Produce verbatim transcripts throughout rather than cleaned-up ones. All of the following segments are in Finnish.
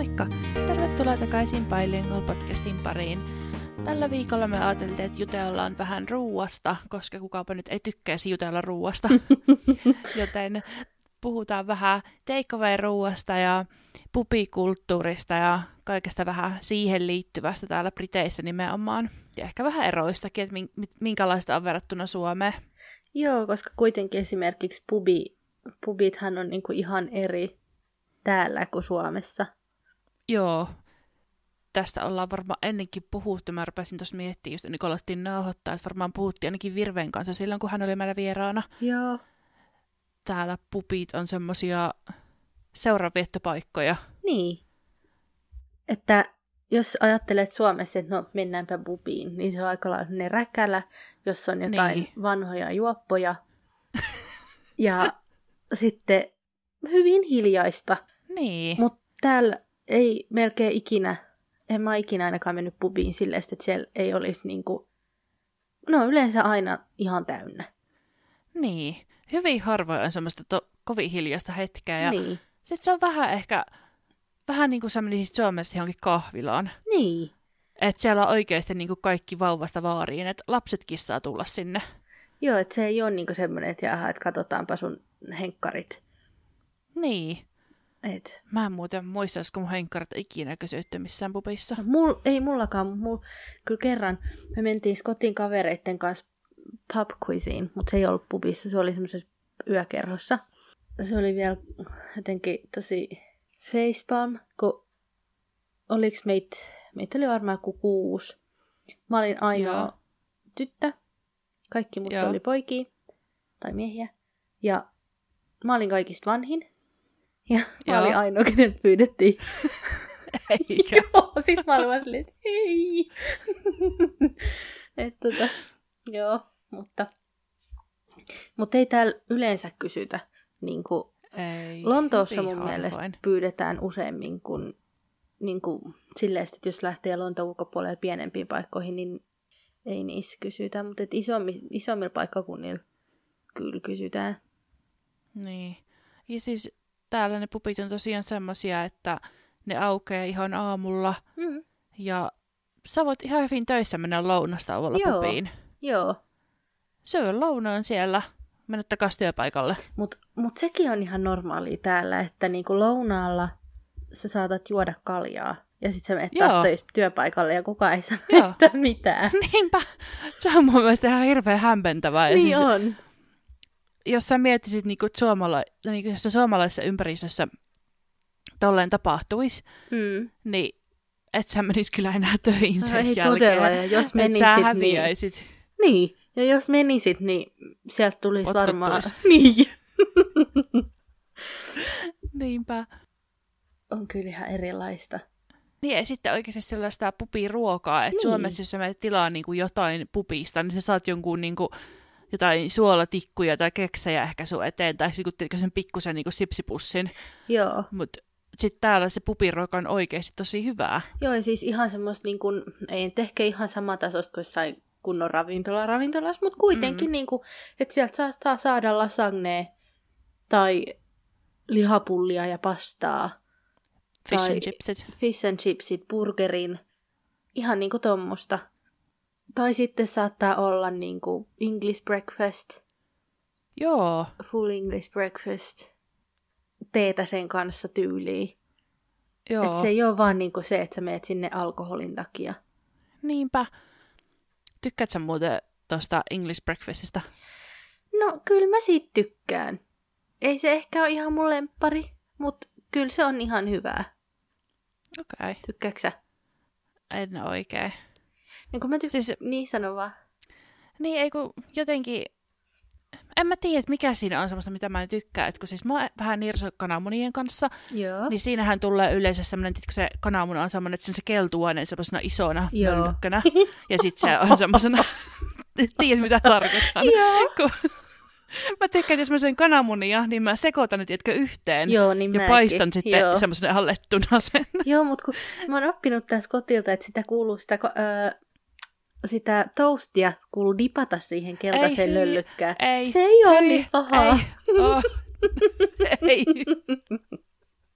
Moikka! Tervetuloa takaisin Bilingual podcastin pariin. Tällä viikolla me ajateltiin, että jutellaan vähän ruuasta, koska kukaapa nyt ei tykkäisi jutella ruuasta. Joten puhutaan vähän takeaway-ruuasta ja pubikulttuurista ja kaikesta vähän siihen liittyvästä täällä Briteissä nimenomaan. Ja ehkä vähän eroistakin, että minkälaista on verrattuna Suomeen. Joo, koska kuitenkin esimerkiksi pubi, pubithan on niinku ihan eri täällä kuin Suomessa. Joo. Tästä ollaan varmaan ennenkin puhuttu. Mä rupesin tuossa miettimään, just ennen kuin aloittiin nauhoittaa, että varmaan puhuttiin ainakin Virven kanssa silloin, kun hän oli meillä vieraana. Joo. Täällä pubit on semmosia seuraviettopaikkoja. Niin. Että jos ajattelet Suomessa, että no mennäänpä pubiin, niin se on aika lailla räkälä, jossa on jotain niin. vanhoja juoppoja. Ja sitten hyvin hiljaista. Niin. Mutta täällä ei melkein ikinä, en mä ikinä ainakaan mennyt pubiin silleen, että siellä ei olisi niinku, no yleensä aina ihan täynnä. Niin. Hyvin harvoin on semmoista to- kovin hiljaista hetkeä. Ja niin. sitten se on vähän ehkä, vähän niin kuin sä menisit Suomessa johonkin kahvilaan. Niin. Että siellä on oikeasti niin kuin kaikki vauvasta vaariin, että lapsetkin saa tulla sinne. Joo, että se ei ole niinku semmoinen, että jaha, että katsotaanpa sun henkkarit. Niin. Et. Mä en muuten muista, olisiko mun henkkarit ikinä kysytty missään pubissa. Mul, ei mullakaan, mul, kyllä kerran me mentiin Scottin kavereitten kanssa pub quiziin, mutta se ei ollut pubissa, se oli semmoisessa yökerhossa. Se oli vielä jotenkin tosi facepalm, kun oliks meitä, meitä oli varmaan kuin kuusi. Mä olin ainoa Joo. tyttö, kaikki muut oli poikia tai miehiä. Ja mä olin kaikista vanhin. Ja mä Joo. olin ainoa, kenet pyydettiin. Eikä. Joo, sit mä olin vaan silleen, että hei. Et tota, joo, mutta, mutta ei täällä yleensä kysytä. Niin kuin ei, Lontoossa mun harvoin. mielestä pyydetään useammin kuin, niin kuin silleen, että jos lähtee Lontoon ulkopuolelle pienempiin paikkoihin, niin ei niissä kysytä. Mutta isommi, isommilla paikkakunnilla kyllä kysytään. Niin. Ja siis täällä ne pubit on tosiaan semmosia, että ne aukeaa ihan aamulla. Mm. Ja sä voit ihan hyvin töissä mennä lounastauolla Joo. pubiin. Joo. Syö lounaan siellä. Mennä takaisin työpaikalle. Mutta mut sekin on ihan normaalia täällä, että niinku lounaalla sä saatat juoda kaljaa. Ja sit sä menet taas töissä työpaikalle ja kukaan ei sano yhtään mitään. Niinpä. Se on mun mielestä ihan hirveän hämmentävää. Ja niin siis, on. jos sä miettisit, niinku, suomala- niinku, jos suomalaisessa ympäristössä tolleen tapahtuisi, Mm. niin et sä menis kyllä enää töihin sen no, ei jälkeen. Todella, ja jos menisit, et sä häviäisit. Niin, niin, ja jos menisit, niin sieltä tulisi Potkut varmaan... tulis. Niin. Niinpä. On kyllä ihan erilaista. Niin, ja sitten oikeasti sellaista pubiruokaa, että niin. Suomessa, jos sä menet tilaa niinku jotain pubista, niin sä saat jonkun niinku, jotain suolatikkuja tai keksejä ehkä sun eteen, tai sitten sen pikkusen niinku sipsipussin. Joo. Mutta sitten täällä se pubiruoka on oikeasti tosi hyvää. Joo, ja siis ihan semmoista, niin kuin, ei nyt ehkä ihan samatasosta kuin jossain kunnon ravintola ravintolassa, mutta kuitenkin, mm. niin kuin, että sieltä saa saada lasagnea tai lihapullia ja pastaa. Fish tai and chipsit. Fish and chipsit, burgerin, ihan niin kuin tommosta. Tai sitten saattaa olla niin kuin English breakfast. Joo. Full English breakfast. Teetä sen kanssa tyyliin. Joo. Että se ei ole vaan niin kuin se, että sä meet sinne alkoholin takia. Niinpä. Tykkäätkö muuten tuosta English breakfastista? No, kyllä mä siitä tykkään. Ei se ehkä ole ihan mun lemppari, mutta kyllä se on ihan hyvää. Okei. Okay. Tykkääksä sä? En oikein. Niin kun mä tykkään, siis, niin sano vaan. Niin, ei kun jotenkin, en mä tiedä, mikä siinä on semmoista, mitä mä en tykkää. Et kun siis mä oon vähän nirso kananmunien kanssa, Joo. niin siinähän tulee yleensä semmoinen, että se kananmuna on semmoinen, että se on se keltuainen semmoisena isona möllykkönä. Ja sit se on semmoisena, tiedät mitä tarkoitan. Joo. Kun mä tykkään, että jos mä syön kananmunia, niin mä sekoitan ne, tiedätkö, yhteen. Joo, niin ja mäkin. paistan sitten Joo. semmoisen ihan lettuna sen. Joo, mutta kun mä oon oppinut tässä kotilta, että sitä kuuluu sitä, öö, sitä toastia kuuluu dipata siihen keltaiseen ei, löllykkään. Ei, se ei ole ei, niin pahaa. Ei, oh, ei.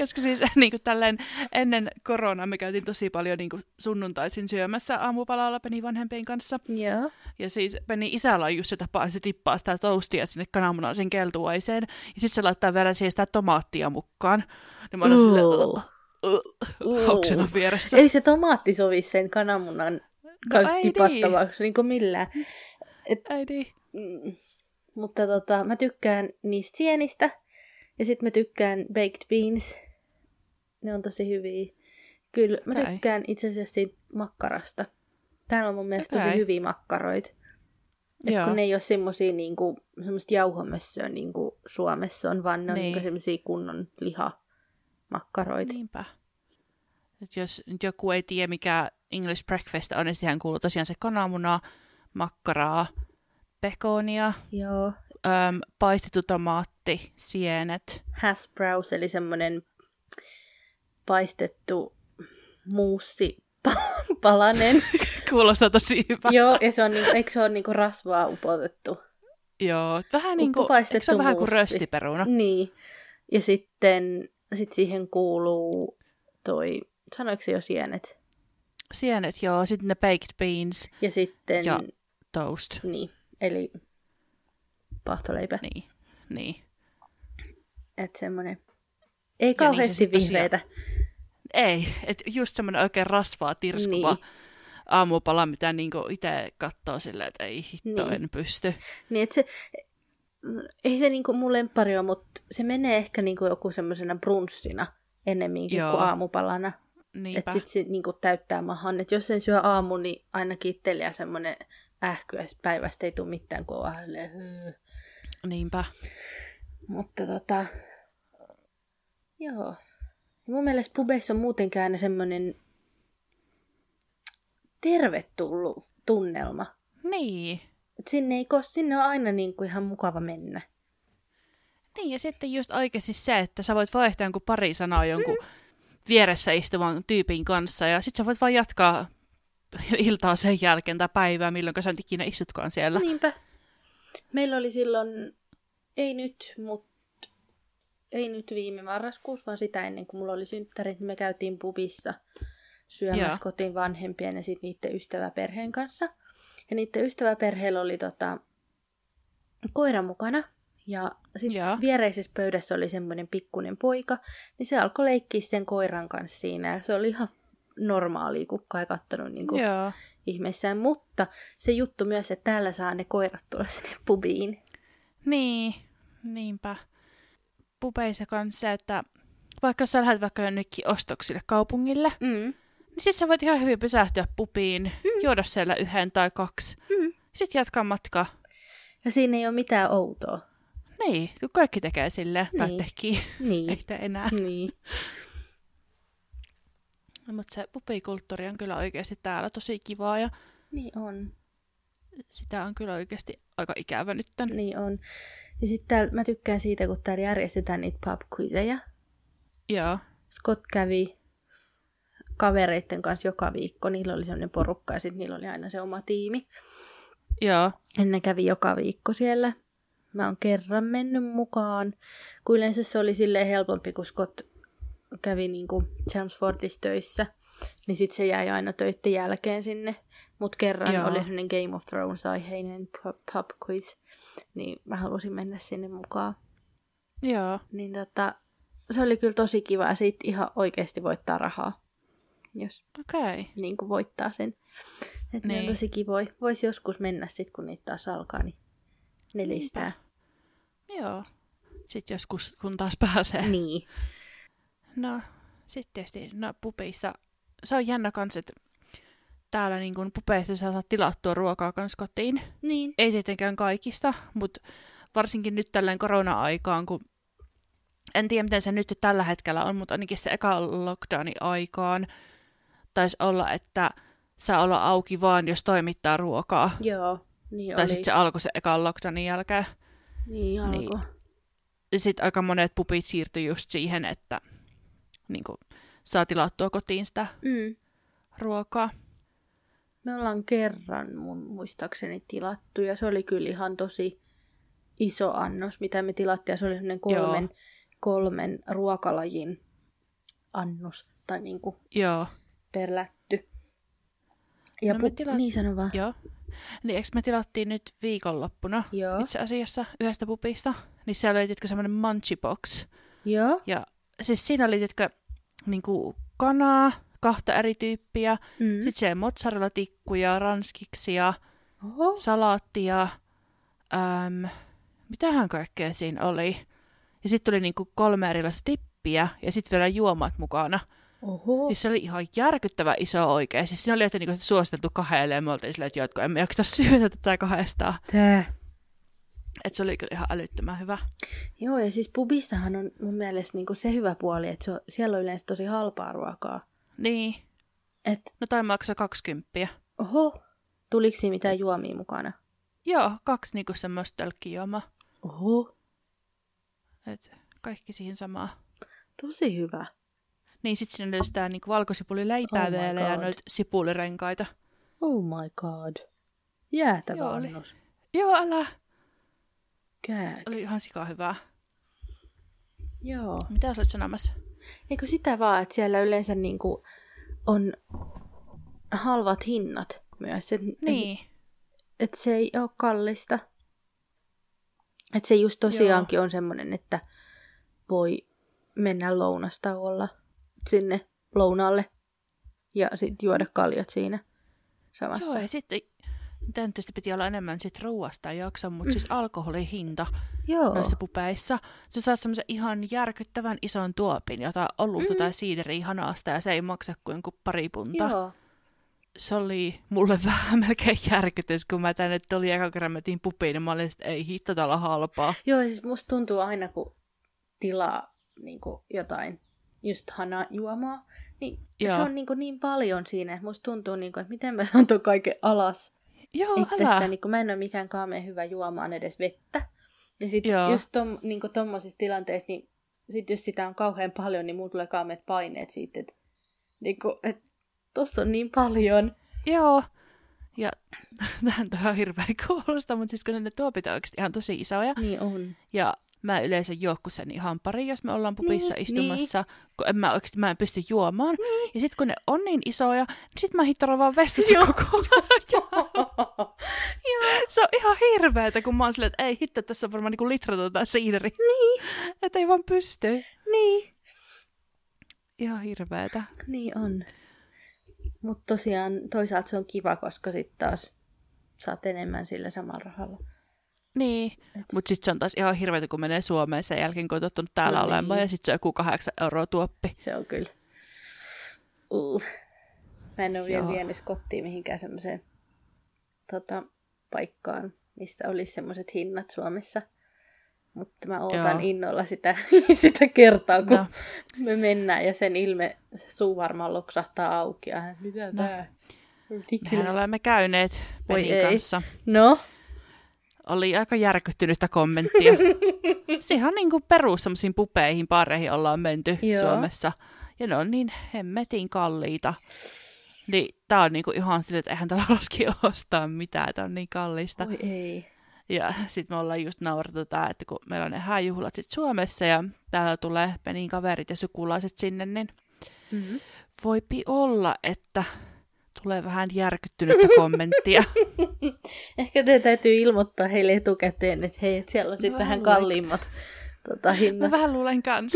Koska siis niin kuin tälleen, ennen koronaa me käytiin tosi paljon niin kuin sunnuntaisin syömässä aamupalalla Penny vanhempien kanssa. Joo. Ja siis Penny isällä on just se tapa, että se tippaa sitä toastia sinne kananmunaisen keltuaiseen. Ja sitten se laittaa vielä siihen sitä tomaattia mukaan. Niin mä oon silleen, hauksena vieressä. Ei se tomaatti sovi sen kananmunan kanssa no, tipattavaksi niin kuin millään. Et, ei niin. Mm, mutta tota, mä tykkään niistä sienistä. Ja sit mä tykkään baked beans. Ne on tosi hyviä. Kyllä, mä okay. tykkään itse asiassa siitä makkarasta. Täällä on mun mielestä okay. tosi hyviä makkaroita. Et kun ne ei ole semmosia niinku, semmoista jauhomössöä niin kuin Suomessa on, vaan ne on niin. niinku semmosia kunnon lihamakkaroita. Niinpä. Et jos nyt joku ei tiedä, mikä English breakfast on, niin siihen kuuluu tosiaan se kananmuna, makkaraa, pekonia, Joo. Öm, paistettu tomaatti, sienet. Hash browns, eli semmoinen paistettu muussipalanen. Kuulostaa tosi hyvä. Joo, ja se on niinku, eikö se ole niinku rasvaa upotettu? Joo, vähän niin kuin, eikö se ole vähän kuin röstiperuna? Niin, ja sitten sit siihen kuuluu toi, sanoiko se jo sienet? Sienet, joo, sitten ne baked beans. Ja sitten... Ja toast. Niin, eli pahtoleipä. Niin, niin. Että semmoinen, ei kauheasti niin vihreitä. Tosiaan... Ei, että just semmoinen oikein rasvaa tirskuva niin. aamupala, mitä niinku itse katsoo silleen, että ei hitto, niin. en pysty. Niin, että se, ei se niinku mun lemppari ole, mutta se menee ehkä niinku joku semmoisena brunssina ennemminkin Joo. kuin aamupalana. Että sit se niinku täyttää mahan. Että jos sen syö aamu, niin ainakin itsellä semmoinen ähky, ja päivästä ei tule mitään, kun on vähän Niinpä. Mutta tota, joo. Ja mun mielestä pubeissa on muutenkin aina semmoinen tervetullut tunnelma. Niin. Et sinne, ei, sinne on aina niin kuin ihan mukava mennä. Niin, ja sitten just oikeasti se, että sä voit vaihtaa jonkun pari sanaa jonkun mm. vieressä istuvan tyypin kanssa, ja sit sä voit vaan jatkaa iltaa sen jälkeen tai päivää, milloin sä nyt ikinä istutkaan siellä. Niinpä. Meillä oli silloin, ei nyt, mutta ei nyt viime marraskuussa, vaan sitä ennen kuin mulla oli synttärit, niin me käytiin pubissa syömässä Joo. kotiin vanhempien ja sitten niiden ystäväperheen kanssa. Ja niiden ystäväperheellä oli tota, koira mukana. Ja sitten viereisessä pöydässä oli semmoinen pikkuinen poika, niin se alkoi leikkiä sen koiran kanssa siinä. Ja se oli ihan normaalia, kukaan ei katsonut niin kuin ihmeissään. Mutta se juttu myös, että täällä saa ne koirat tulla sinne pubiin. Niin, niinpä. Pubeissa kanssa, että vaikka sä lähdet vaikka jonnekin ostoksille kaupungille, mm. niin sit sä voit ihan hyvin pysähtyä pubiin, mm. juoda siellä yhden tai kaksi, mm. sit jatkaa matkaa. Ja siinä ei ole mitään outoa. Niin, kun kaikki tekee silleen, niin. tai tekii, niin. ei tee enää. Niin. No, mutta se pubikulttuuri on kyllä oikeasti täällä tosi kivaa ja niin on. Sitä on kyllä oikeasti aika ikävä nyt. Niin on. Ja sitten mä tykkään siitä, kun täällä järjestetään niitä pub-quizeja. Joo. Scott kävi kavereitten kanssa joka viikko. Niillä oli sellainen porukka ja sitten niillä oli aina se oma tiimi. Joo. Ja ne kävi joka viikko siellä. Mä oon kerran mennyt mukaan. Kun yleensä se oli silleen helpompi, kun Scott kävi niinku Chelmsfordissa töissä. Niin sit se jäi aina töitten jälkeen sinne. Mut kerran Joo. oli sellainen Game of Thrones-aiheinen pub quiz. Niin mä halusin mennä sinne mukaan. Joo. Niin tota, se oli kyllä tosi kiva ja siitä ihan oikeasti voittaa rahaa. Jos okay. niin kuin voittaa sen. Että niin. Ne on tosi kivoja. Voisi joskus mennä sit, kun niitä taas alkaa, niin ne listää. Joo. Sitten joskus, kun taas pääsee. Niin. No, sitten tietysti, no pubeissa, se on jännä kans, että täällä niin kun pubeissa sä saat tilattua ruokaa kans kotiin. Niin. Ei tietenkään kaikista, mutta varsinkin nyt tälleen korona-aikaan, kun en tiedä miten se nyt tällä hetkellä on, mutta ainakin se eka lockdownin aikaan taisi olla, että saa olla auki vaan, jos toimittaa ruokaa. Joo, niin tai oli. sitten se alkoi se ekan lockdownin jälkeen. Niin alkoi. Niin. Sitten aika monet pubit siirtyi just siihen, että niin kuin, saa tilattua kotiin sitä mm. ruokaa. Me ollaan kerran mun muistaakseni tilattu ja se oli kyllä ihan tosi iso annos, mitä me tilattiin. Ja se oli sellainen kolmen, kolmen ruokalajin annos tai niinku Joo. per lätty. Ja no pu- tila- niin sano vaan. Joo. Niin eikö me tilattiin nyt viikonloppuna Joo. itse asiassa yhdestä pupista, niin siellä oli tiedätkö semmoinen munchibox. Joo. Ja siis siinä oli tiedätkö niinku kanaa, kahta eri tyyppiä, Mm. sitten siellä mozzarella-tikkuja, ranskiksia, Oho. salaattia, äm, mitähän kaikkea siinä oli. Ja sitten tuli niinku kolme erilaista tippiä ja sitten vielä juomat mukana. Oho. Siis se oli ihan järkyttävä iso oikein. Siis siinä oli että niinku suositeltu kahdelle ja me oltiin silleen, että joo, että emme jaksa syödä tätä kahdestaan. Tää. Että se oli kyllä ihan älyttömän hyvä. Joo, ja siis pubissahan on mun mielestä niinku se hyvä puoli, että se on, siellä on yleensä tosi halpaa ruokaa. Niin. Et, No toi maksaa kaksikymppiä. oho, tuliko siinä mitään juomia mukana? Joo, kaksi niinku semmoista tölkkijuomaa. Oho, Et kaikki siihen samaan. tosi hyvä. Niin sit siinä oli sitä niinku valkosipulileipää Oh my vielä ja God. noita sipulirenkaita. Oh my god. Jäätävä Joo, oli. annos. Joo, älä. Kääk. Oli ihan sika hyvää. Joo. Mitä sä olet sanomassa? Eikö sitä vaan, että siellä yleensä niinku on halvat hinnat myös. Et, Niin. Et, et se ei ole kallista. Että se just tosiaankin Joo. on semmoinen, että voi mennä lounastauolla sinne lounaalle ja sitten juoda kaljat siinä samassa. Joo, ja sitten tietysti piti olla enemmän sit ruuasta ja jaksa, mutta mm. siis alkoholihinta Joo. noissa pupeissa. Sä saat semmoisen ihan järkyttävän ison tuopin, jota olutta mm. tai siideriä hanasta, ja se ei maksa kuin jonkun pari puntaa. Joo. Se oli mulle vähän melkein järkytys, kun mä tänne tuli eka kerran metin pupiin, niin mä olin, että ei hitto, täällä on halpaa. Joo, siis musta tuntuu aina, kun tilaa niin kuin jotain just hanajuomaa, niin Joo. se on niin, kuin niin paljon siinä, että musta tuntuu, niin kuin, että miten mä saan tuon kaiken alas Joo, itsestä. älä. Niin kuin, mä en ole mikään kaameen hyvä juomaan edes vettä. Ja sitten Joo. just tom, niin kuin tommosissa tilanteissa, niin sit jos sitä on kauhean paljon, niin mulla tulee kaameet paineet siitä, että niin kuin, et, tossa on niin paljon. Joo. Ja tähän on ihan hirveän kuulosta, mutta siis kun ne tuopit on oikeasti ihan tosi isoja. Niin on. Ja mä yleensä juokku sen ihan pari, jos me ollaan pupissa Niin, istumassa, kun en mä oikeasti mä en pysty juomaan. Niin. Ja sit kun ne on niin isoja, niin sit mä hittoran vaan vessassa Joo. koko ajan. Se on ihan hirveetä, kun mä oon silleen, että ei hitto, tässä on varmaan niinku litra tota siideri. Niin. Että ei vaan pysty. Niin. Ihan hirveetä. Niin on. Mutta tosiaan toisaalta se on kiva, koska sitten taas saat enemmän sillä samalla rahalla. Niin, mutta sitten se on taas ihan hirveätä, kun menee Suomeen sen jälkeen, kun on tottunut täällä No olemaan, niin. ja sitten se on joku kahdeksan euroa tuoppi. Se on kyllä. Uh. Mä en ole vielä Joo. vienyt kotiin mihinkään semmoiseen tota, paikkaan, missä olisi semmoiset hinnat Suomessa. Mutta mä ootan Joo. innolla sitä, sitä kertaa, kun No. me mennään ja sen ilme suu varmaan loksahtaa auki. Ja mitä No. tää? Mehän Ridiculous. olemme käyneet Voi Penin ei. kanssa. No? Oli aika järkyttynyttä kommenttia. Se ihan niin kuin perus semmoisiin pupeihin, pareihin ollaan menty Joo. Suomessa. Ja ne on niin hemmetin kalliita. Niin tää on niinku ihan silleen, että eihän täällä laski ostaa mitään, tää on niin kallista. Oi ei. Ja sitten me ollaan just naurattu tää, että kun meillä on ne hääjuhlat sit Suomessa ja täällä tulee Penin kaverit ja sukulaiset sinne, niin Mm-hmm. voipi olla, että tulee vähän järkyttynyttä kommenttia. Ehkä te täytyy ilmoittaa heille etukäteen, että hei, että siellä on sitten No, vähän luulen. kalliimmat tota, hinnat. Mä vähän luulen kanssa.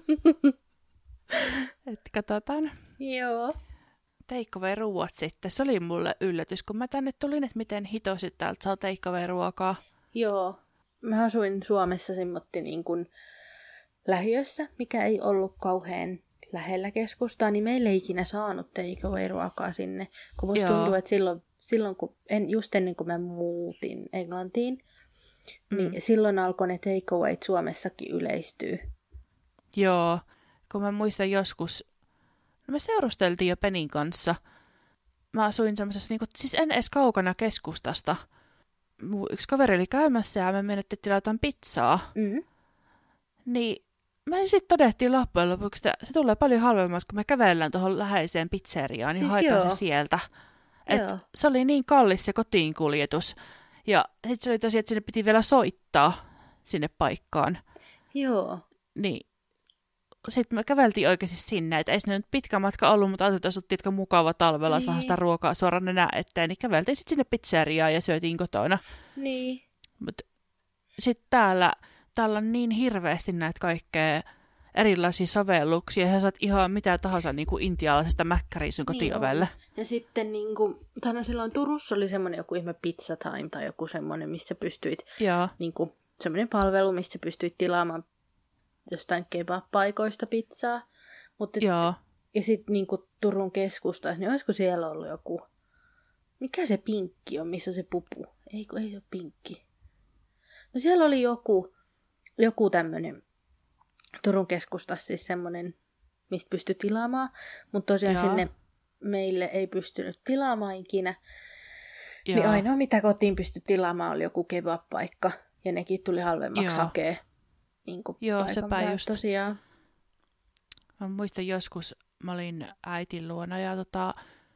Että katsotaan. Joo. Takeaway-ruuat sitten. Se oli mulle yllätys, kun mä tänne tulin, että miten hitosit täältä saa takeaway-ruokaa. Joo. Mä asuin Suomessa semmotti niin kuin lähiössä, mikä ei ollut kauhean lähellä keskustaa, niin meillä ei ikinä saanut takeaway-ruokaa sinne. Kun musta Joo. tuntuu, että silloin, silloin kun, en, just ennen kuin mä muutin Englantiin, mm. niin silloin alkoi ne takeawayt Suomessakin yleistyä. Joo, kun mä muistan joskus, no me seurusteltiin jo Penin kanssa. Mä asuin semmoisessa, niin kuin, siis en edes kaukana keskustasta. Mun yksi kaveri oli käymässä ja me menettiin tilataan pizzaa. Mm. Niin me sitten todettiin loppujen lopuksi, että se tulee paljon halvemmaksi, kun me kävellään tuohon läheiseen pizzeriaan, niin Siis haetaan joo. se sieltä. Et Joo. se oli niin kallis se kotiinkuljetus. Ja sitten se oli tosiaan, että sinne piti vielä soittaa sinne paikkaan. Joo. Niin sitten me käveltiin oikeasti sinne, että ei sinne nyt pitkä matka ollut, mutta ajateltiin, että jos oltiin mukava talvella, Niin. saa sitä ruokaa suoraan nenää eteen, niin käveltiin sitten sinne pizzeriaan ja syötiin kotona. Niin. Mutta sitten täällä, täällä on niin hirveästi näitä kaikkea erilaisia sovelluksia, ja saat ihan mitä tahansa niin kuin intialaisesta mäkkäriä sun Niin kotiovelle. on. Ja sitten niin kuin, tai no silloin Turussa oli semmoinen joku ihme Pizza Time tai joku semmoinen, missä pystyit, Joo. niin kuin, semmoinen palvelu, missä pystyit tilaamaan jostain kebab-paikoista pizzaa. Mutta Joo. ja sitten niin kuin Turun keskustassa, niin olisiko siellä ollut joku, mikä se pinkki on, missä on se pupu? Ei, ei se ole pinkki. No siellä oli joku, joku tämmöinen Turun keskustassa siis semmoinen, mistä pystyi tilaamaan, mutta tosiaan Joo. sinne meille ei pystynyt tilaamaan ikinä. Joo. Niin ainoa mitä kotiin pystyi tilaamaan oli joku kebab-paikka, ja nekin tuli halvemmaksi Joo. hakea. Niin kuin Joo, paikan sepä päältä just. tosiaan. Mä muistan joskus, mä olin äitin luona ja tota,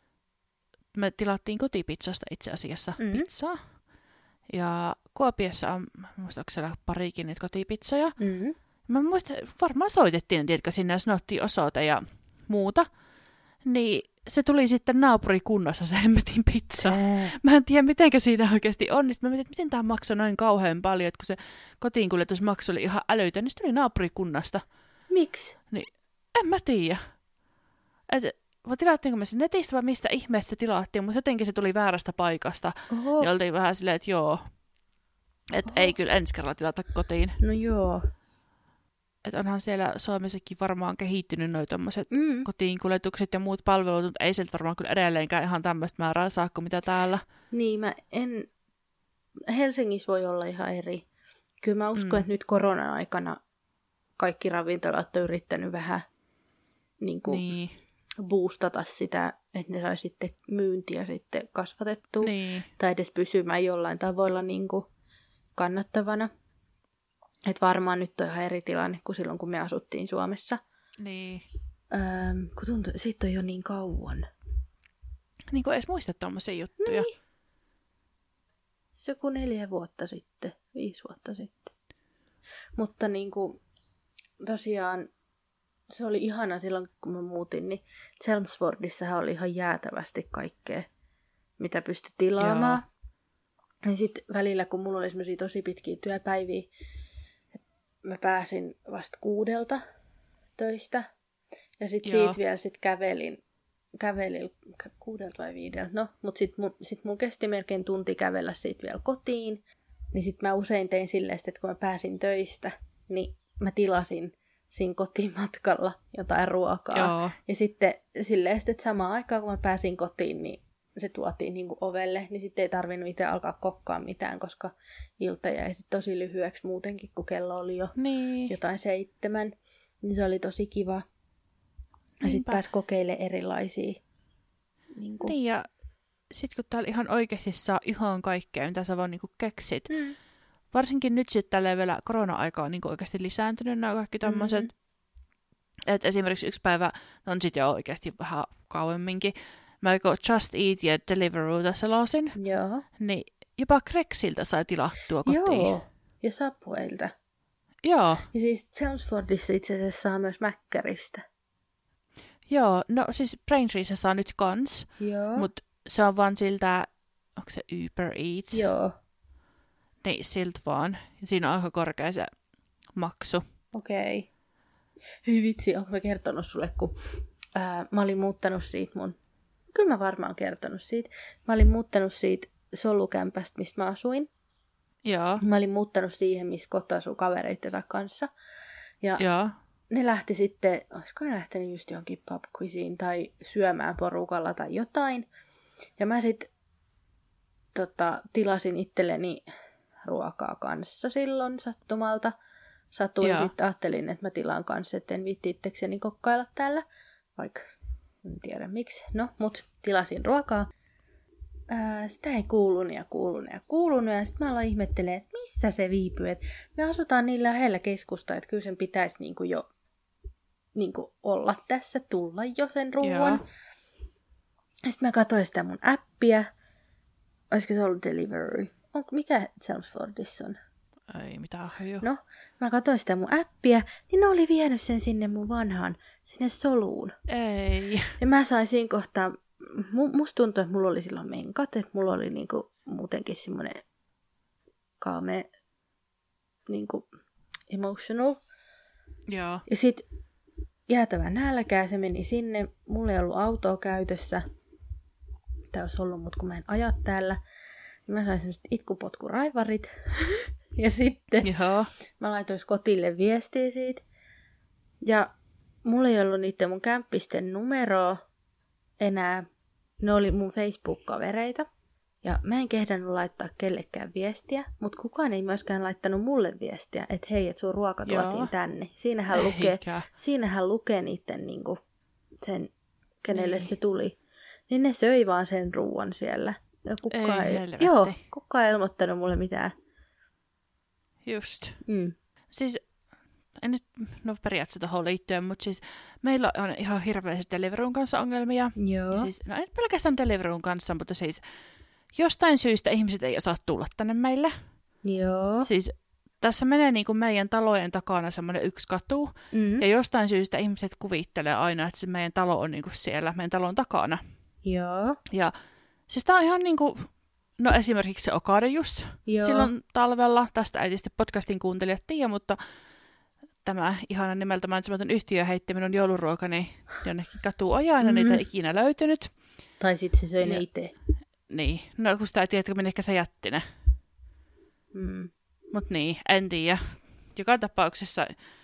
me tilattiin kotipizzasta itse asiassa Mm. pizzaa. Ja Kuopiossa on, muista onko siellä parikin niitä kotipizzoja. Mm. Mä muistan, varmaan soitettiin, tiedätkö, sinne ja sanottiin osoite ja muuta. Niin se tuli sitten naapurikunnassa se hemmetin pizza. Ää. Mä en tiedä, mitenkä siinä oikeasti on. Mä mietin, että miten tämä maksoi noin kauhean paljon, että kun se kotiinkuljetusmaksu oli ihan älytön, niin se tuli naapurikunnasta. Miksi? En mä tiedä. Et, vai tilattiinko me sen netistä vai mistä ihmeestä se tilattiin, mutta jotenkin se tuli väärästä paikasta. Oho. Niin oltiin vähän silleen, että joo, että ei kyllä ensi kerralla tilata kotiin. No joo. Että onhan siellä Suomessakin varmaan kehittynyt noi tommoset Mm. kotiinkuljetukset ja muut palvelut, mutta ei sieltä varmaan kyllä edelleenkään ihan tämmöistä määrää saa kuin mitä täällä. Niin, mä en... Helsingissä voi olla ihan eri. Kyllä mä uskon, Mm. että nyt koronan aikana kaikki ravintolat on yrittänyt vähän niin kuin Niin, boostata sitä, että ne saisi sitten myyntiä sitten kasvatettua. niin, Tai edes pysymään jollain tavoilla niin kuin kannattavana. Että varmaan nyt on ihan eri tilanne kuin silloin, kun me asuttiin Suomessa. niin. Öö, kun tuntuu, siitä on jo niin kauan. Niin kuin edes muista tommosia juttuja. Niin. Se joku neljä vuotta sitten, viisi vuotta sitten. Mutta niin kuin, tosiaan se oli ihana silloin, kun mä muutin, niin Chelmsfordissahan oli ihan jäätävästi kaikkea, mitä pystyi tilaamaan. Ja sitten välillä, kun mulla oli semmosia tosi pitkiä työpäiviä, että mä pääsin vasta kuudelta töistä. Ja sitten Joo. siitä vielä sit kävelin, kävelin kuudelta vai viideltä, no, mutta sitten mun, sit mun kesti melkein tunti kävellä siitä vielä kotiin. Niin sitten mä usein tein silleen, että kun mä pääsin töistä, niin mä tilasin siinä kotimatkalla jotain ruokaa. Joo. Ja sitten silleen, että samaan aikaan kun mä pääsin kotiin, niin se tuotiin niin kuin ovelle, niin sitten ei tarvinnut itse alkaa kokkaa mitään, koska ilta jäi sitten tosi lyhyeksi muutenkin, kun kello oli jo Niin. jotain seitsemän. Niin se oli tosi kiva. Ja Niinpä. sitten pääsi kokeilemaan erilaisia. Niin kuin... Niin, ja sit kun täällä ihan oikeasti saa ihan kaikkea, mitä sä vaan niinku keksit. Mm. Varsinkin nyt sitten tälleen vielä korona-aika on niinku oikeasti lisääntynyt nämä kaikki tämmöiset. Mm-hmm. Että esimerkiksi yksi päivä, on sitten jo oikeasti vähän kauemminkin, mä joko Just Eat ja Deliveroo selasin, Joo. niin jopa Craigsilta sai tilattua kotiin. Joo. Ja Subwaylta. Joo. Ja siis Chelmsfordissa itse asiassa saa myös Mäkkäristä. Joo, no siis Braintreessa saa nyt kans, Joo. mutta se on vaan siltä, onko se Uber Eats? Joo. Niin, siltä vaan. Ja siinä on aika korkea se maksu. Okei. Okay. Hyi vitsi, onko mä kertonut sulle, kun ää, mä olin muuttanut siitä mun... Kyllä mä varmaan kertonut siitä. Mä olin muuttanut siitä solukämpästä, mistä mä asuin. Joo, Mä olin muuttanut siihen, missä kotona asuu kavereittensa kanssa. Ja joo, ne lähti sitten, olisiko ne lähtenyt just johonkin pub quiziin tai syömään porukalla tai jotain. Ja mä sitten tota, tilasin itselleni ruokaa kanssa silloin sattumalta. Satuin Joo. sitten, ajattelin, että mä tilaan kanssa, että en viitti itsekseni kokkailla täällä. Vaikka en tiedä miksi. No, mut tilasin ruokaa. Ää, sitä ei kuulunut ja kuulunut ja kuulunut. Ja sitten mä aloin ihmettelemään, että missä se viipyy. Et me asutaan niin lähellä keskusta, että kyllä sen pitäisi niinku jo niinku olla tässä, tulla jo sen ruoan. Joo. Sitten mä katsoin sitä mun appia. Olisiko se ollut Deliveroo? Onko, mikä Chelmsfordissa on? ei mitään haju. No, mä katsoin sitä mun appia, niin ne oli vienyt sen sinne mun vanhaan, sinne soluun. Ei. Ja mä sain siinä kohtaa, mu- musta tuntui, että mulla oli silloin menkat, että mulla oli niinku muutenkin semmoinen kaame, niinku emotional. Joo. Ja sit jäätävä nälkää, se meni sinne, mulla ei ollut autoa käytössä. Mitä olisi ollut, mutta kun mä en aja täällä, niin mä sain semmoiset itkupotkuraivarit. Ja sitten Joo. mä laitoin Scottille viestiä siitä. Ja mulla ei ollut niiden mun kämppisten numeroa enää. Ne oli mun Facebook-kavereita. Ja mä en kehdannut laittaa kellekään viestiä, mutta kukaan ei myöskään laittanut mulle viestiä, että hei, että sun ruoka tuotiin Joo. tänne. Siinähän lukee, Eikä. siinähän lukee niiden niinku, sen, kenelle Niin. se tuli. Niin ne söi vaan sen ruuan siellä. Ja kukaan Ei ei, helvetti. joo, kukaan ei ilmoittanut mulle mitään. Just. Mm. Siis, en nyt, no periaatteessa tuohon liittyen, mutta siis meillä on ihan hirveästi Deliverun kanssa ongelmia. Joo. Ja siis, no ei pelkästään Deliverun kanssa, mutta siis jostain syystä ihmiset ei osaa tulla tänne meille. Joo. Siis tässä menee niin kuin meidän talojen takana semmoinen yksi katu, Mm. ja jostain syystä ihmiset kuvittelee aina, että se meidän talo on niin kuin siellä meidän talon takana. Joo. Ja siis tää on ihan niin kuin, no esimerkiksi se Okade just Joo. silloin talvella, tästä ei tietysti podcastin kuuntelijat tiedä, mutta tämä ihana nimeltä mainitsematon yhtiö heitti minun jouluruokani jonnekin katuojaan, ja Mm. niitä ei ikinä löytynyt. Tai sitten se söi ne Ja- itse. Niin, no kun sitä ei tiedä, minne se jätti ne. Mm. Mut niin, en tiedä. Joka tapauksessa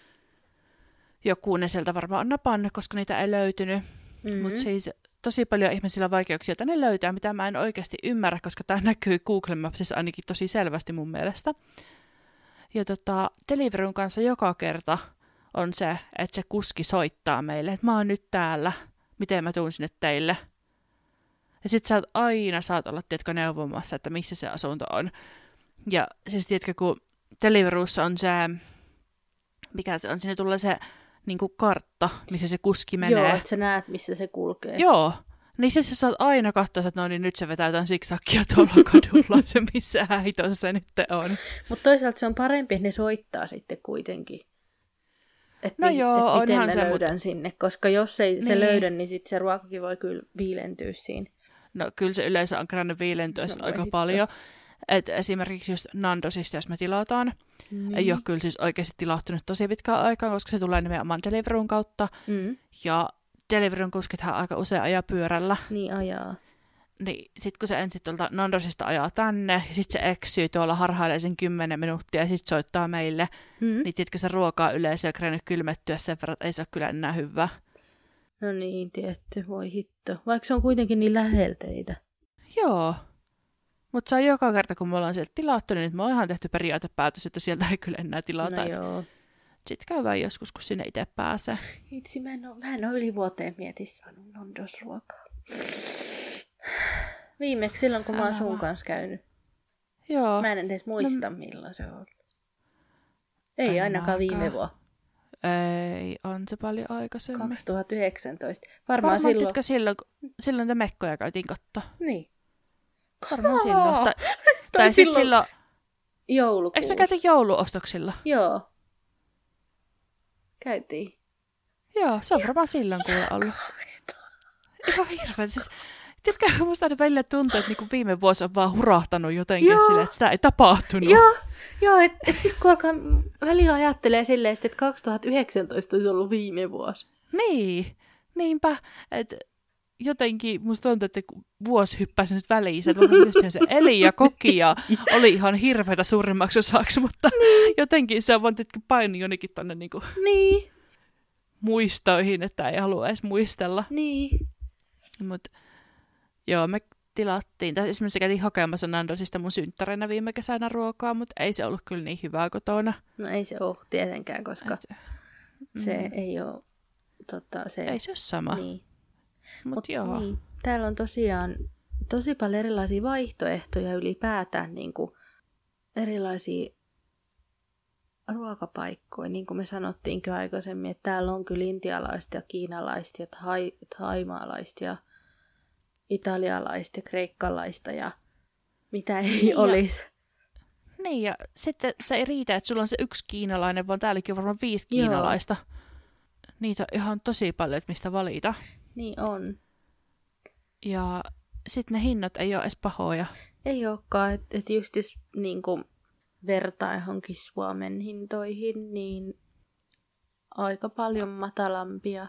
joku ne sieltä varmaan on napannut, koska niitä ei löytynyt. Mm. Mutta siis tosi paljon ihmisillä on vaikeuksia, että ne löytää, mitä mä en oikeasti ymmärrä, koska tämä näkyy Google Mapsissa ainakin tosi selvästi mun mielestä. Ja tota, Deliverun kanssa joka kerta on se, että se kuski soittaa meille, että mä oon nyt täällä, miten mä tuun sinne teille. Ja sit sä oot aina saat olla, tiedätkö, neuvomassa, että missä se asunto on. Ja siis tiedätkö, kun Deliverussa on se, mikä se on, sinne tulee se niin kuin kartta, missä se kuski menee. Joo, että sä näet, missä se kulkee. Joo. Niin siis sä saat aina katsoa, että no niin nyt se vetää jotain siksakkia tuolla kadulla, että missä häitossa se nyt on. Mutta toisaalta se on parempi, että ne soittaa sitten kuitenkin. Että No mi- joo, et miten onhan mä se, löydän mut- sinne. Koska jos ei se Niin. löydä, niin sitten se ruokakin voi kyllä viilentyä siinä. No kyllä se yleensä on kerännyt viilentyä No no, voi aika hitto. paljon. Et esimerkiksi just Nandosista, jos me tilataan, Niin. ei ole kyllä siis oikeasti tilahtunut tosi pitkään aikaan, koska se tulee nimenomaan Deliverun kautta. Mm. Ja Deliverun kuskithan aika usein ajaa pyörällä. Niin ajaa. Niin sit kun se ensin tuolta Nandosista ajaa tänne, ja sit se eksyy tuolla harhailee sen kymmenen minuuttia, ja sit soittaa meille, Mm. niin tiedätkö se ruokaa yleensä ja kerännyt kylmettyä sen verran, että ei se ole kyllä enää hyvä. No niin, tietty, voi hitto. Vaikka se on kuitenkin niin lähellä teitä. Joo. Mutta se on joka kerta, kun me ollaan sieltä tilattu, niin nyt me on ihan tehty periaatepäätös, että sieltä ei kyllä enää tilata. No joo. Sitten käydään joskus, kun sinne itse pääsee. Itse mä en ole, mä en ole yli vuoteen mietin saanut Nandos-ruokaa. Viimeksi silloin, kun mä oon Älä sun vaan. kanssa käynyt. Joo. Mä en edes muista, no, milloin se on. Ei En ainakaan viime mäkään. vuonna. Ei, on se paljon aikaisemmin. kaksituhattayhdeksäntoista. Varmaan, Varmaan silloin. tiedätkö silloin, kun- silloin te mekkoja käytiin katsoa. Niin. Varmaan silloin. Tai, Tai tai sitten silloin- silloin, Joulukuussa. eikö me käytiin jouluostoksilla? Joo. Käytiin. Joo, se on varmaan silloin kuule ollut. Ihan hirveän. Siis, tiedätkö, musta aina välillä tuntuu, että niinku viime vuosi on vaan hurahtanut jotenkin Joo. silleen, että sitä ei tapahtunut. Joo, joo että et sitten kun alkaa välillä ajattelee silleen, että kaksituhattayhdeksäntoista olisi ollut viime vuosi. Niin, niinpä. Et jotenkin musta tuntuu, että kun vuosi hyppäsi nyt väliin, se, että varmaan just se eli ja koki ja oli ihan hirveätä suurimmaksi osaksi, mutta niin. jotenkin se on vaan tietenkin painu jonnekin tonne niinku Niin, muistoihin, että ei halua edes muistella. niin. Mut joo, me tilattiin, tai esimerkiksi käytiin hakemassa Nandosista mun synttäreinä viime kesänä ruokaa, mutta ei se ollut kyllä niin hyvää kotona. No ei se ole tietenkään, koska Et, se mm, ei ole, tota, se, ei se ole sama, niin. mutta Mut joo. Niin. Täällä on tosiaan tosi paljon erilaisia vaihtoehtoja ylipäätään, niin kuin erilaisia ruokapaikkoja, niin kuin me sanottiinkin aikaisemmin, että täällä on kyllä intialaista ja kiinalaista ja thai, thaimaalaista ja italialaista ja kreikkalaista ja mitä ei Niin ja- olisi. Niin, ja sitten se ei riitä, että sulla on se yksi kiinalainen, vaan täälläkin on varmaan viisi kiinalaista. Joo. Niitä on ihan tosi paljon, että mistä valita. Niin on. Ja sitten ne hinnat ei ole edes pahoja. Ei olekaan, että et just jos niin kuin vertaa johonkin Suomen hintoihin, niin aika paljon matalampia.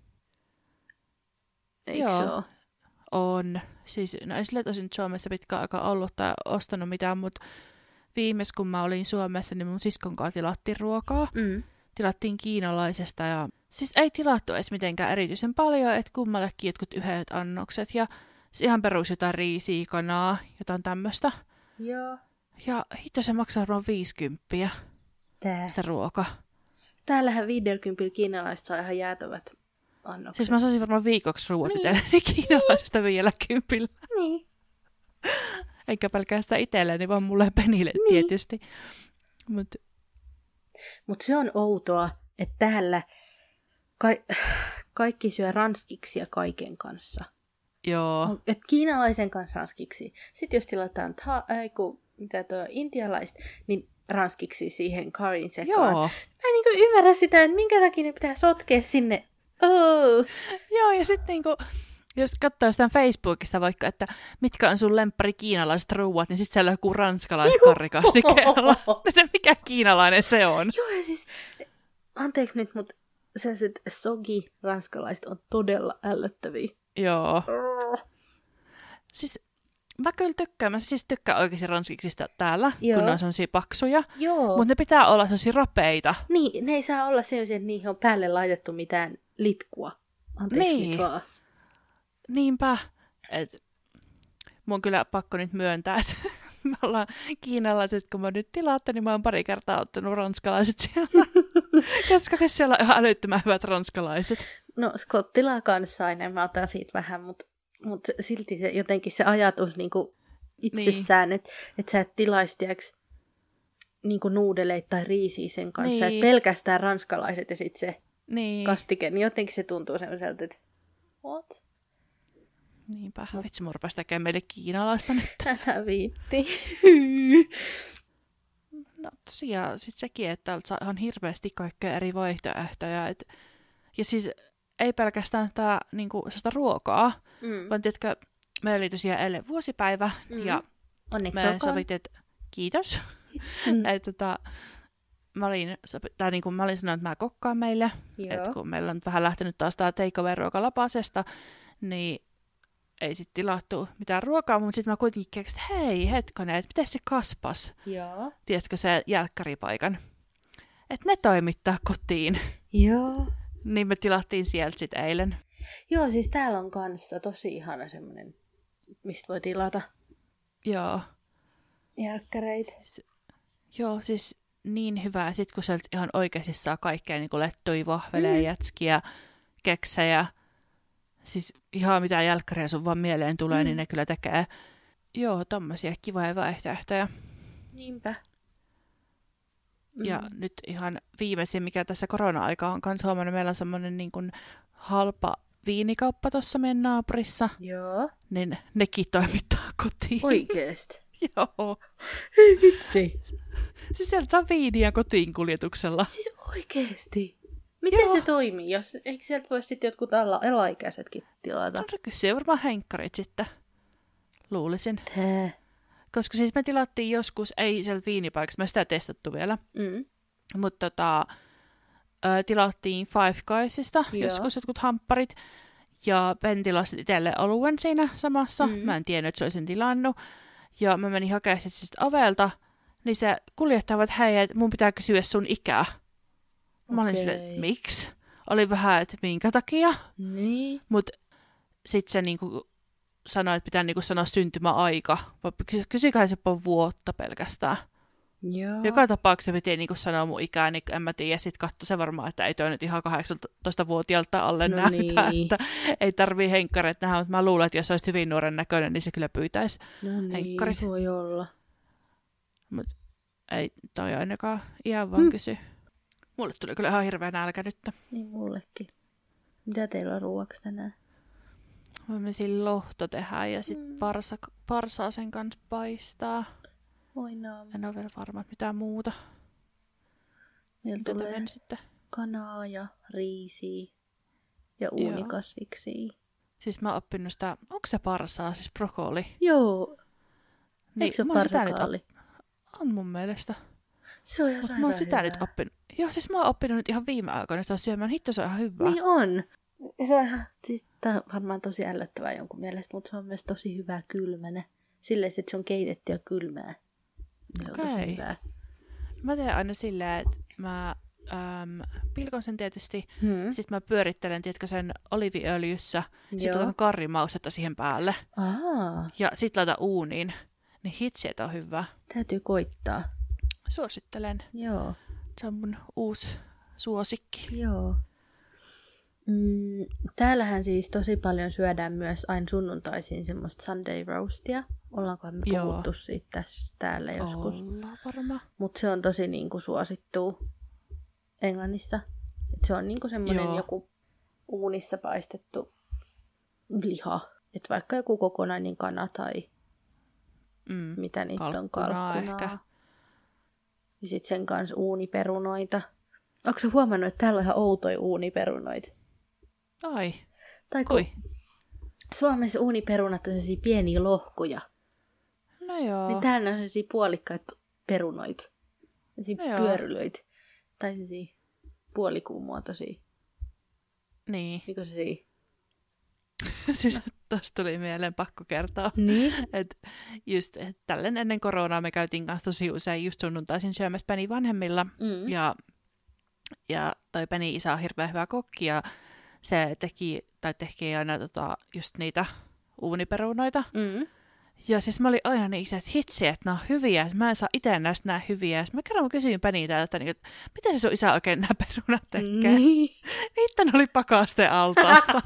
Eikö Joo, se ole? On. Siis, no ei sille tosin Suomessa pitkään aikaa ollut tai ostanut mitään, mutta viimeis kun mä olin Suomessa, niin mun siskon kanssa tilattiin ruokaa. Mm. Tilattiin kiinalaisesta ja siis ei tilattu edes mitenkään erityisen paljon, että kummallekin jotkut yhdet annokset ja ihan perus jotain riisiä, kanaa, jotain tämmöistä. Joo. Ja hitto se maksaa varmaan viisikymppiä Tää. sitä ruokaa. Täällähän viidelkympillä kiinalaiset saa ihan jäätävät annokset. Siis mä saisin varmaan viikoksi ruuat niin. itselleni kiinalaisesta niin. vielä kympillä. Niin. Eikä pelkästään itselleni, vaan mulle ja Penille niin. tietysti. Mutta Mut se on outoa, että täällä ka- kaikki syö ranskiksi kaiken kanssa. joo. Et kiinalaisen kanssa ranskiksi. Sitten jos tilataan ta- aiku, mitä tuo intialaiset, niin ranskiksi siihen curryn sekaan. Joo. Mä en niinku ymmärrä sitä, että minkä takia ne pitää sotkea sinne. Oh. Joo, ja sitten niinku, jos katsoo jostain Facebookista vaikka, että mitkä on sun lemppari kiinalaiset ruuat, niin sitten siellä on joku ranskalaiskarrikastikeella. Että mikä kiinalainen se on? Joo, ja siis, anteeksi nyt, mutta sellaiset sogi ranskalaiset on todella ällöttäviä. Joo. Oh. Siis mä kyllä tykkään, mä siis tykkään oikeasti ranskiksista täällä, Joo. kun ne on sellaisia paksuja. Joo. Mutta ne pitää olla sellaisia rapeita. Niin, ne ei saa olla sellaisia, että niihin on päälle laitettu mitään litkua. Anteeksi Niin. nyt vaan. Niinpä. Et, mun on kyllä pakko nyt myöntää, että me ollaan kiinalaiset, kun mä nyt tilattu, niin mä oon pari kertaa ottanut ranskalaiset siellä. Koska siis siellä on ihan älyttömän hyvät ranskalaiset. No skottilaa kanssa aina, mä otan siitä vähän, mutta mut silti se, jotenkin se ajatus niinku itsessään, niin. että et sä et tilaisi tiiäks, niinku nuudeleita tai riisiä sen kanssa, Niin. että pelkästään ranskalaiset ja sitten se Niin. kastike, niin jotenkin se tuntuu sellaiselta, että what? Niinpä. Vitsi, mun rupesi tekemään meille kiinalaista nyt. Älä viitti. No tosiaan sit sekin, että täältä saa ihan hirveästi kaikkea eri vaihtoehtoja. Et, ja siis ei pelkästään tää niinku, sitä ruokaa, Mm. vaan tiedätkö, meillä oli tosiaan eilen vuosipäivä Mm. ja Onneksi me olkoon. sovittiin, että kiitos. Mm. et, tota, mä, olin, tai niinku, mä olin sanonut, että mä kokkaan meille. Joo. Et kun meillä on nyt vähän lähtenyt taas tää take-away-ruoka lapasesta, niin ei sitten tilattu mitään ruokaa, mutta sitten mä kuitenkin keksin, että hei, hetkonen, että miten se kaspas? Joo. Tiedätkö se jälkkäripaikan? Että ne toimittaa kotiin. Joo. Niin me tilattiin sieltä sitten eilen. Joo, siis täällä on kanssa tosi ihana semmoinen, mistä voi tilata Joo. jälkkäreitä. Joo, siis niin hyvä. Sitten kun sieltä ihan oikeasti saa kaikkea niin kuin lettui, vahveleja, mm. jätskiä, keksejä. Siis ihan mitä jälkkäriä sun vaan mieleen tulee, mm. niin ne kyllä tekee. Joo, tommosia kivoja vaihtoehtoja. Niinpä. Mm. Ja nyt ihan viimeisin, mikä tässä korona-aika on kanssa huomannut, meillä on semmoinen niin kuin halpa viinikauppa tuossa meidän naapurissa. Joo. Niin nekin toimittaa kotiin. Oikeesti? Joo. Ei vitsi. Siis sieltä saa viiniä kotiin kuljetuksella. Siis oikeesti? Miten Joo. se toimii? Jos, eikö sieltä voi sitten jotkut alla, alaikäisetkin tilata? No kysyy varmaan henkkarit sitten, luulisin. Tää. Koska siis me tilattiin joskus, ei sieltä viinipaikasta, me sitä testattu vielä, Mm. mutta tota, ö, tilattiin Five Guysista Joo. joskus jotkut hampparit. Ja Ben tilasi itselle oluen siinä samassa. Mm. Mä en tiennyt, että se olisin tilannut. Ja mä menin hakemaan sit siis ovelta, niin se kuljettavat, että hei, että mun pitää kysyä sun ikää. Mä olin Okei. silleen, että miksi? Oli vähän, että minkä takia. Niin. Mutta sitten se niinku sanoi, että pitää niinku sanoa syntymäaika. Vai ky- kysyköhän se vuotta pelkästään. Joo. Joka tapauksessa piti niinku sanoa mun ikää, niin en mä tiedä. Sitten katsoi se varmaan, että ei toi nyt ihan kahdeksantoista-vuotiaalta alle No näytä. niin. Että ei tarvii henkkareita nähdä, mutta mä luulen, että jos olisi hyvin nuoren näköinen, niin se kyllä pyytäisi No niin, henkkarit. voi olla. Mutta ei toi ainakaan iän vaan Hmm. kysy. Mulle tuli kyllä ihan hirveä nälkä nyt. Niin mullekin. Mitä teillä on ruuaksi tänään? Voimme siinä lohto tehdä ja sitten Mm. parsa, parsaa sen kanssa paistaa. Oi no. En ole vielä varma, että mitään muuta. Meillä Mitä tulee meni sitten? kanaa ja riisiä ja uunikasviksia. Siis mä oon oppinut sitä, onko se parsaa, siis brokoli? Joo. Niin, Eikö se mä ole oon sitä nyt parsakaali? op- On mun mielestä. Se on ihan Mut sairaan mä oon sitä hyvää. nyt oppinut. Joo, siis mä oon oppinut nyt ihan viime aikoina sitä syömään. Hitto, se on ihan hyvää. Niin on. Ja se on ihan, siis tää on varmaan tosi ällöttävää jonkun mielestä, mutta se on myös tosi hyvää kylmänä. Silleen, että se on keitetty ja kylmää. Se on tosi Okei. hyvää. Mä teen aina silleen, että mä äm, pilkon sen tietysti. Hmm. Sitten mä pyörittelen, tiedätkö, sen oliviöljyssä. Sitten Joo. laitan karrimaustetta siihen päälle. Aa, Ja sitten laitan uuniin. Niin hitsi, että on hyvää. täytyy koittaa. Suosittelen. Joo, Se on mun uusi suosikki. joo. Mm, täällähän siis tosi paljon syödään myös aina sunnuntaisin semmoista Sunday roastia. Ollaankohan me Joo. puhuttu siitä tässä täällä joskus. Ollaan varma. Mutta se on tosi niinku suosittu Englannissa. Et se on niinku semmoinen Joo. joku uunissa paistettu liha. Et vaikka joku kokonainen kana tai Mm. mitä niitä on, Kalkkunaa kalkkunaa. ehkä. Ja sitten sen kanssa uuniperunoita. Onko sä huomannut, että täällä on ihan outoja uuniperunoita? Ai, Tai kun kui? Suomessa uuniperunat on sellaisia pieniä lohkoja. No joo. Niin täällä on sellaisia puolikkaita perunoita. Sellaisia No joo. pyörylöitä. Tai sellaisia puolikuun muotoisia. Niin. Niin kuin sellaisia. Siis tosta tuli mieleen pakko kertoa. Niin? Et just et tälleen ennen koronaa me käytiin kanssa tosi usein just sunnuntaisin syömässä Penny vanhemmilla. Mm. Ja, ja toi Penny isä on hirveän hyvä kokki ja se teki, tai teki aina tota, just niitä uuniperunoita. Mm. Ja siis mä olin aina niin itse, että hitsi, että nämä on hyviä, että mä en saa itse näistä nää hyviä. Ja sit mä kerran mä kysyin Peniltä, että, että miten se sun isä oikein nämä perunat tekee? Niin. Niitä oli pakasteen altaasta.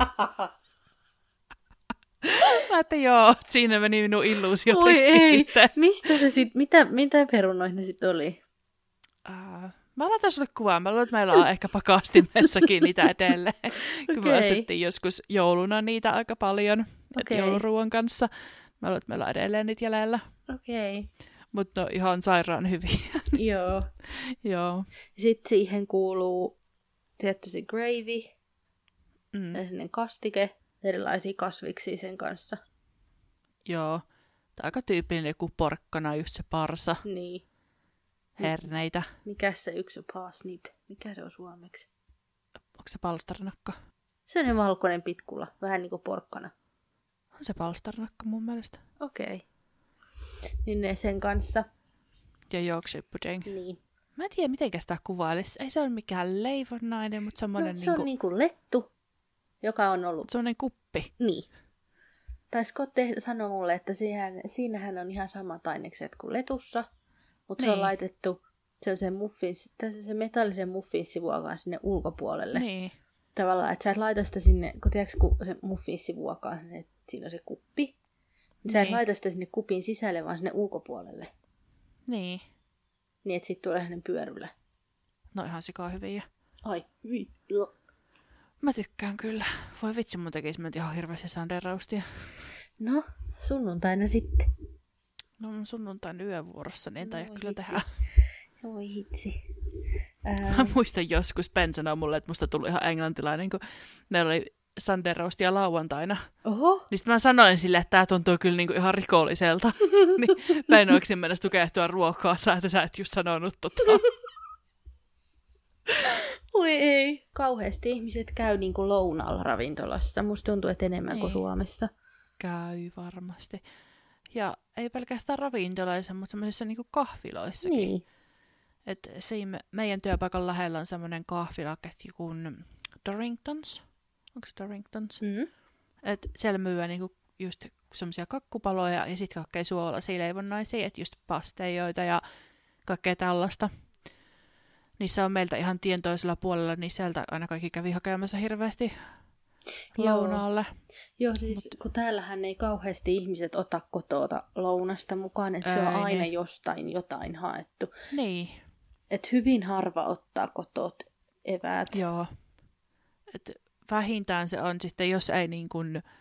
Mä että joo, siinä meni minun illuusio Oi rikki ei. sitten. Mistä se sit, mitä, mitä perunoita ne sitten oli? Uh, mä laitan sulle kuvaa. Mä luulen, että meillä on ehkä pakastimessakin niitä edelleen. Kun me Okei. ostettiin joskus jouluna niitä aika paljon. Okei. Okay. Jouluruuan kanssa. Mä luulen, että meillä on edelleen niitä jäljellä. Okei. Okay. Mutta no ihan sairaan hyviä. Joo. Joo. Sitten siihen kuuluu tietty se gravy, Mm. sellainen kastike, erilaisia kasviksia sen kanssa. Joo. Tämä on aika tyypillinen joku porkkana, just se parsa, Niin. herneitä. Mikäs se yksi on parsnip? Mikä se on suomeksi? Onko se palsternakka? Sellainen valkoinen pitkula, vähän niin kuin porkkana. On se palsternakka mun mielestä. Okei. Okay. Niin ne sen kanssa. Ja Yorkshire pudding. Niin. Mä en tiedä, miten sitä kuvailisi. Ei se ole mikään leivonnainen, mutta No, semmoinen se niinku, on niin kuin lettu, joka on ollut... semmoinen kuppi. Niin. Tai Scott sanoi mulle, että siihen, siinähän on ihan samat ainekset kuin letussa, mutta niin. Se on Niin. laitettu se on se, muffins, tässä se metallisen muffinssivuokaan sinne ulkopuolelle. Niin. Tavallaan, että sä et laita sitä sinne, kun tiedätkö, kun se muffinssivuokaa, että siinä on se kuppi, niin, niin. Sä et laita sitä sinne kupin sisälle, vaan sinne ulkopuolelle. Niin. Niin, että siitä tulee hänen pyörylä. No ihan sikaa hyviä. Ai, hyvin. Mä tykkään kyllä. Voi vitsi, mun tekisi mä ihan hirveästi Sunday roastia. No, sunnuntaina sitten. No mun sunnuntain yövuorossa, niin ei taida Voi kyllä vitsi. tehdä. Oi hitsi. Ää, Mä muistan joskus, Ben sanoi mulle, että musta tuli ihan englantilainen, kun meillä oli Sunday roastia lauantaina. Oho. Niin sit mä sanoin sille, että tää tuntuu kyllä niinku ihan rikolliselta. Niin Ben oikein mennä tukehtua ruokaa, sä, että sä et just sanonut tota. Oi ei. Kauheasti ihmiset käy niin kuin lounaalla ravintolassa. Musta tuntuu, että enemmän Niin. kuin Suomessa. Käy varmasti. Ja ei pelkästään ravintoloissa, mutta semmoisissa niinku kahviloissakin. Niin. Et siinä meidän työpaikan lähellä on semmoinen kahvilaketju kuin Dorringtons. Onko se Dorringtons? Mm. Et siellä myyvät niinku just semmoisia kakkupaloja ja sitten kaikkea suolaisia leivonnaisia, että just pasteijoita ja kaikkea tällaista. Niissä on meiltä ihan tien toisella puolella, niin sieltä aina kaikki kävi hakemassa hirveästi lounaalle. Joo, siis Mut... kun täällähän ei kauheasti ihmiset ota kotoota lounasta mukaan, että se on Ei, aina niin. jostain jotain haettu. Niin, Että hyvin harva ottaa kotoot eväät. joo. Et vähintään se on sitten, jos ei niin kuin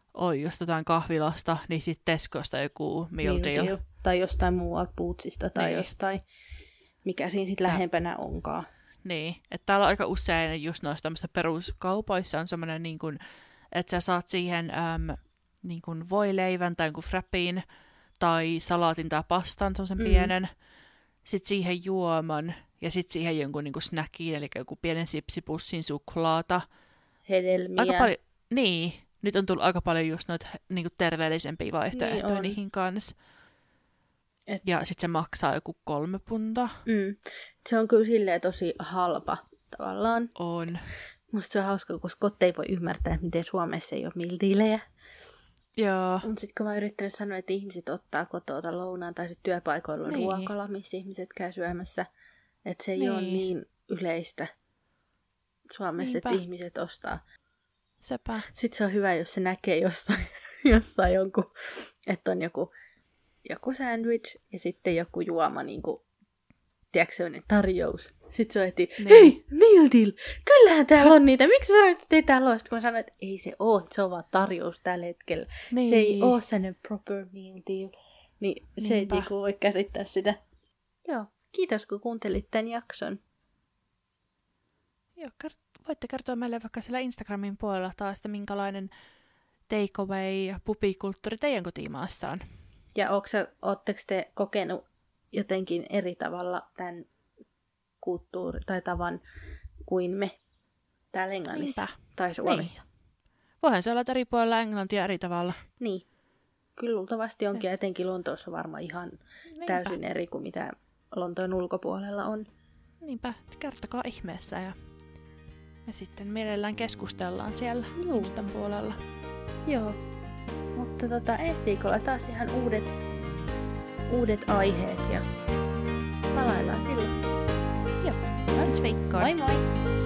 ole just jotain kahvilasta, niin sitten Tescosta joku meal Meal deal. deal. Tai jostain muualta Bootsista tai Niin. jostain, mikä siinä sitten lähempänä onkaan. Niin, että täällä on aika usein just noissa tämmöisissä peruskaupoissa on semmoinen, niin kuin, että sä saat siihen äm, niin kuin voileivän tai jonkun frappin tai salaatin tai pastan, semmoisen Mm. pienen, sitten siihen juoman ja sitten siihen jonkun niin kuin snackin, eli joku pienen sipsipussin suklaata. Hedelmiä. Aika paljon, niin, nyt on tullut aika paljon just noita niin kuin terveellisempiä vaihtoehtoja Niin on. niihin kanssa. Et- Ja sitten se maksaa joku kolme puntaa. Mm. Se on kyllä silleen tosi halpa tavallaan. On. Musta se on hauska, koska Scott ei voi ymmärtää, miten Suomessa ei ole meal-dealejä. Joo. Mutta sitten kun mä oon yrittänyt sanoa, että ihmiset ottaa kotoa lounaan tai sitten työpaikoilla on Niin. ruokala, missä ihmiset käy syömässä, että se ei niin. ole Niin. niin yleistä Suomessa, Niinpä. että ihmiset ostaa. Sepä. Sitten se on hyvä, jos se näkee jossain, jossain jonkun, että on joku, joku sandwich ja sitten joku juoma, niin kuin, tiedätkö sellainen tarjous. Sitten se on heti, Niin. hei, meal deal, kyllähän täällä on niitä. Miksi sä sanoit, että ei täällä ole? Sitten kun mä sanoin, että ei se ole, se on vaan tarjous tällä hetkellä. Niin. Se ei ole sellainen proper meal deal. Niin se ei Niinpä. niinku voi käsittää sitä. Joo, kiitos kun kuuntelit tämän jakson. Joo, kert- voitte kertoa meille vaikka siellä Instagramin puolella taas, että minkälainen takeaway ja pubikulttuuri teidän kotimaassa on. Ja ootteko te kokenut jotenkin eri tavalla tämän kulttuuri tai tavan kuin me täällä Englannissa Niinpä. tai Suomessa? Niin. Voihan se olla eri puolella englantia eri tavalla. niin. Kyllä luultavasti onkin, ja etenkin Lontoossa varmaan ihan Niinpä. täysin eri kuin mitä Lontoon ulkopuolella on. Niinpä, kertokaa ihmeessä ja me sitten mielellään keskustellaan siellä Juu. Instan puolella. Joo, mutta tota, ensi viikolla taas ihan uudet, uudet aiheet ja palaillaan silloin. Joo, ensi viikkoon. Moi moi!